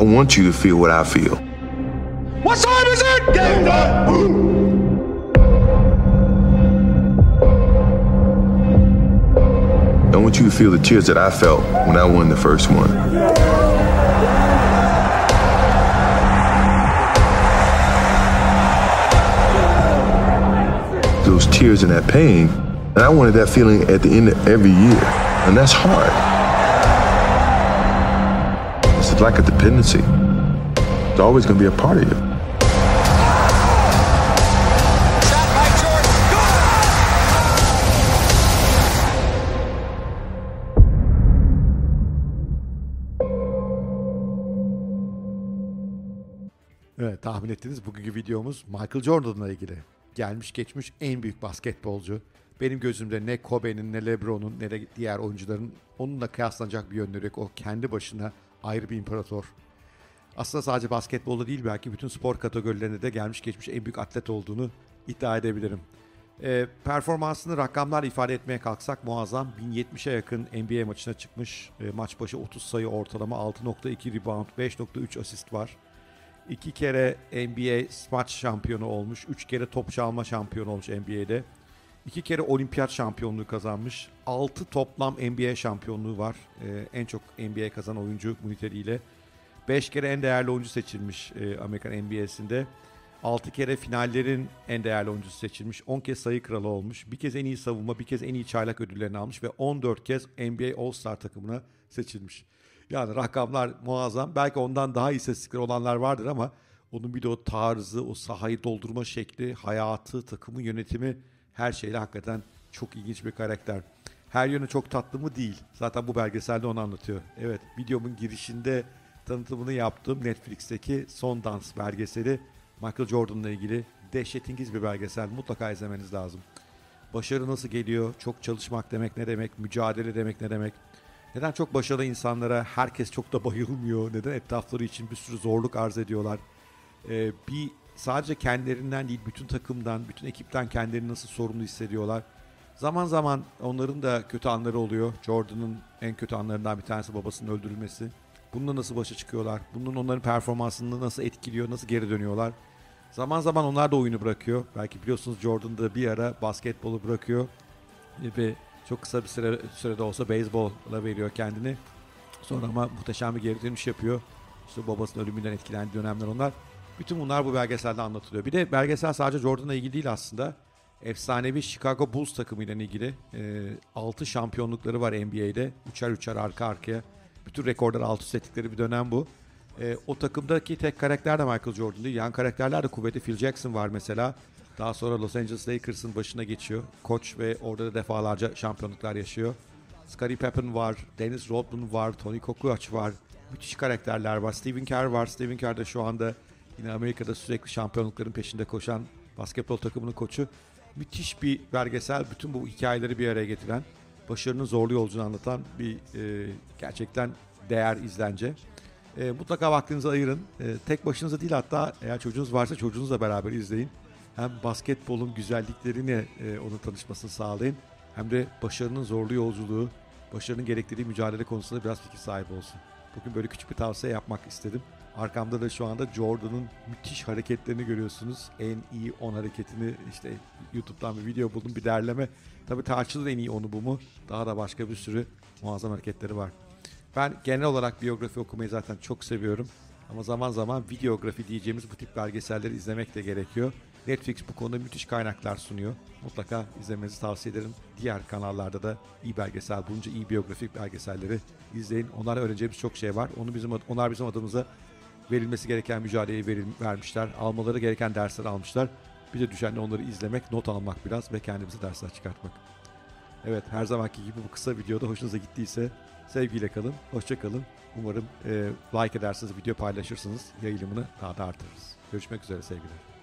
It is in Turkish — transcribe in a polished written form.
want you to feel what I feel. What time is it? Game time! I want you to feel the tears that I felt when I won the first one. Those tears and that pain, and I wanted that feeling at the end of every year, and that's hard. It's like a dependency. It's always going to be a part of you. Evet, tahmin ettiniz, bugünkü videomuz Michael Jordan'la ilgili. Gelmiş geçmiş en büyük basketbolcu. Benim gözümde ne Kobe'nin, ne LeBron'un, ne de diğer oyuncuların onunla kıyaslanacak bir yönleri yok. O kendi başına ayrı bir imparator. Aslında sadece basketbolda değil, belki bütün spor kategorilerinde de gelmiş geçmiş en büyük atlet olduğunu iddia edebilirim. Performansını rakamlarla ifade etmeye kalksak muazzam. 1070'e yakın NBA maçına çıkmış. Maç başı 30 sayı ortalama, 6.2 rebound, 5.3 asist var. 2 kere NBA maç şampiyonu olmuş. 3 kere top çalma şampiyonu olmuş NBA'de. 2 kere olimpiyat şampiyonluğu kazanmış. 6 toplam NBA şampiyonluğu var. En çok NBA kazanan oyuncu bu niteliğiyle. 5 kere en değerli oyuncu seçilmiş Amerikan NBA'sinde. 6 kere finallerin en değerli oyuncusu seçilmiş. 10 kez sayı kralı olmuş. Bir kez en iyi savunma, bir kez en iyi çaylak ödüllerini almış ve 14 kez NBA All-Star takımına seçilmiş. Yani rakamlar muazzam. Belki ondan daha iyi istatistikler olanlar vardır ama onun bir de o tarzı, o sahayı doldurma şekli, hayatı, takımın yönetimi, her şeyle hakikaten çok ilginç bir karakter. Her yönü çok tatlı mı? Değil. Zaten bu belgeselde onu anlatıyor. Evet, videomun girişinde tanıtımını yaptığım Netflix'teki Son Dans belgeseli Michael Jordan'la ilgili dehşetingiz bir belgesel. Mutlaka izlemeniz lazım. Başarı nasıl geliyor? Çok çalışmak demek ne demek? Mücadele demek ne demek? Neden çok başarılı insanlara herkes çok da bayılmıyor? Neden etrafları için bir sürü zorluk arz ediyorlar? Bir sadece kendilerinden değil, bütün takımdan, bütün ekipten kendilerini nasıl sorumlu hissediyorlar? Zaman zaman onların da kötü anları oluyor. Jordan'ın en kötü anlarından bir tanesi babasının öldürülmesi. Bununla nasıl başa çıkıyorlar? Bunun onların performansını nasıl etkiliyor? Nasıl geri dönüyorlar? Zaman zaman onlar da oyunu bırakıyor. Belki biliyorsunuz Jordan da bir ara basketbolu bırakıyor. Ve çok kısa bir sürede olsa beyzbola veriyor kendini. Sonra ama muhteşem bir geri dönüş yapıyor. İşte babasının ölümünden etkilendiği dönemler onlar. Bütün bunlar bu belgeselde anlatılıyor. Bir de belgesel sadece Jordan'la ilgili değil aslında. Efsanevi Chicago Bulls takımıyla ilgili 6 şampiyonlukları var NBA'de. Üçer arka arkaya. Bütün rekorları alt üst ettikleri bir dönem bu. O takımdaki tek karakter de Michael Jordan değil. Yan karakterler de kuvvetli. Phil Jackson var mesela. Daha sonra Los Angeles Lakers'ın başına geçiyor. Koç ve orada da defalarca şampiyonluklar yaşıyor. Scottie Pippen var, Dennis Rodman var, Tony Kukoc var. Müthiş karakterler var. Stephen Kerr var. Stephen Kerr de şu anda yine Amerika'da sürekli şampiyonlukların peşinde koşan basketbol takımının koçu. Müthiş bir belgesel. Bütün bu hikayeleri bir araya getiren, başarının zorlu yolculuğunu anlatan bir gerçekten değer izlence. Mutlaka vaktinizi ayırın. Tek başınıza değil, hatta eğer çocuğunuz varsa çocuğunuzla beraber izleyin. Hem basketbolun güzelliklerini onun tanışmasını sağlayın. Hem de başarının zorlu yolculuğu, başarının gerektirdiği mücadele konusunda biraz fikir sahibi olsun. Bugün böyle küçük bir tavsiye yapmak istedim. Arkamda da şu anda Jordan'ın müthiş hareketlerini görüyorsunuz. En iyi 10 hareketini işte YouTube'dan bir video buldum, bir derleme. Tabii tartışılır en iyi onu bu mu? Daha da başka bir sürü muazzam hareketleri var. Ben genel olarak biyografi okumayı zaten çok seviyorum. Ama zaman zaman videografi diyeceğimiz bu tip belgeselleri izlemek de gerekiyor. Netflix bu konuda müthiş kaynaklar sunuyor. Mutlaka izlemenizi tavsiye ederim. Diğer kanallarda da iyi belgesel bulunca iyi biyografik belgeselleri izleyin. Onlarla öğreneceğimiz çok şey var. Onlar bizim adımıza verilmesi gereken mücadeleyi vermişler. Almaları gereken dersleri almışlar. Bize düşen de onları izlemek, not almak biraz ve kendimize dersler çıkartmak. Evet, her zamanki gibi bu kısa videoda hoşunuza gittiyse sevgiyle kalın, hoşça kalın. Umarım like edersiniz, video paylaşırsınız, yayılımını daha da artırırız. Görüşmek üzere sevgiler.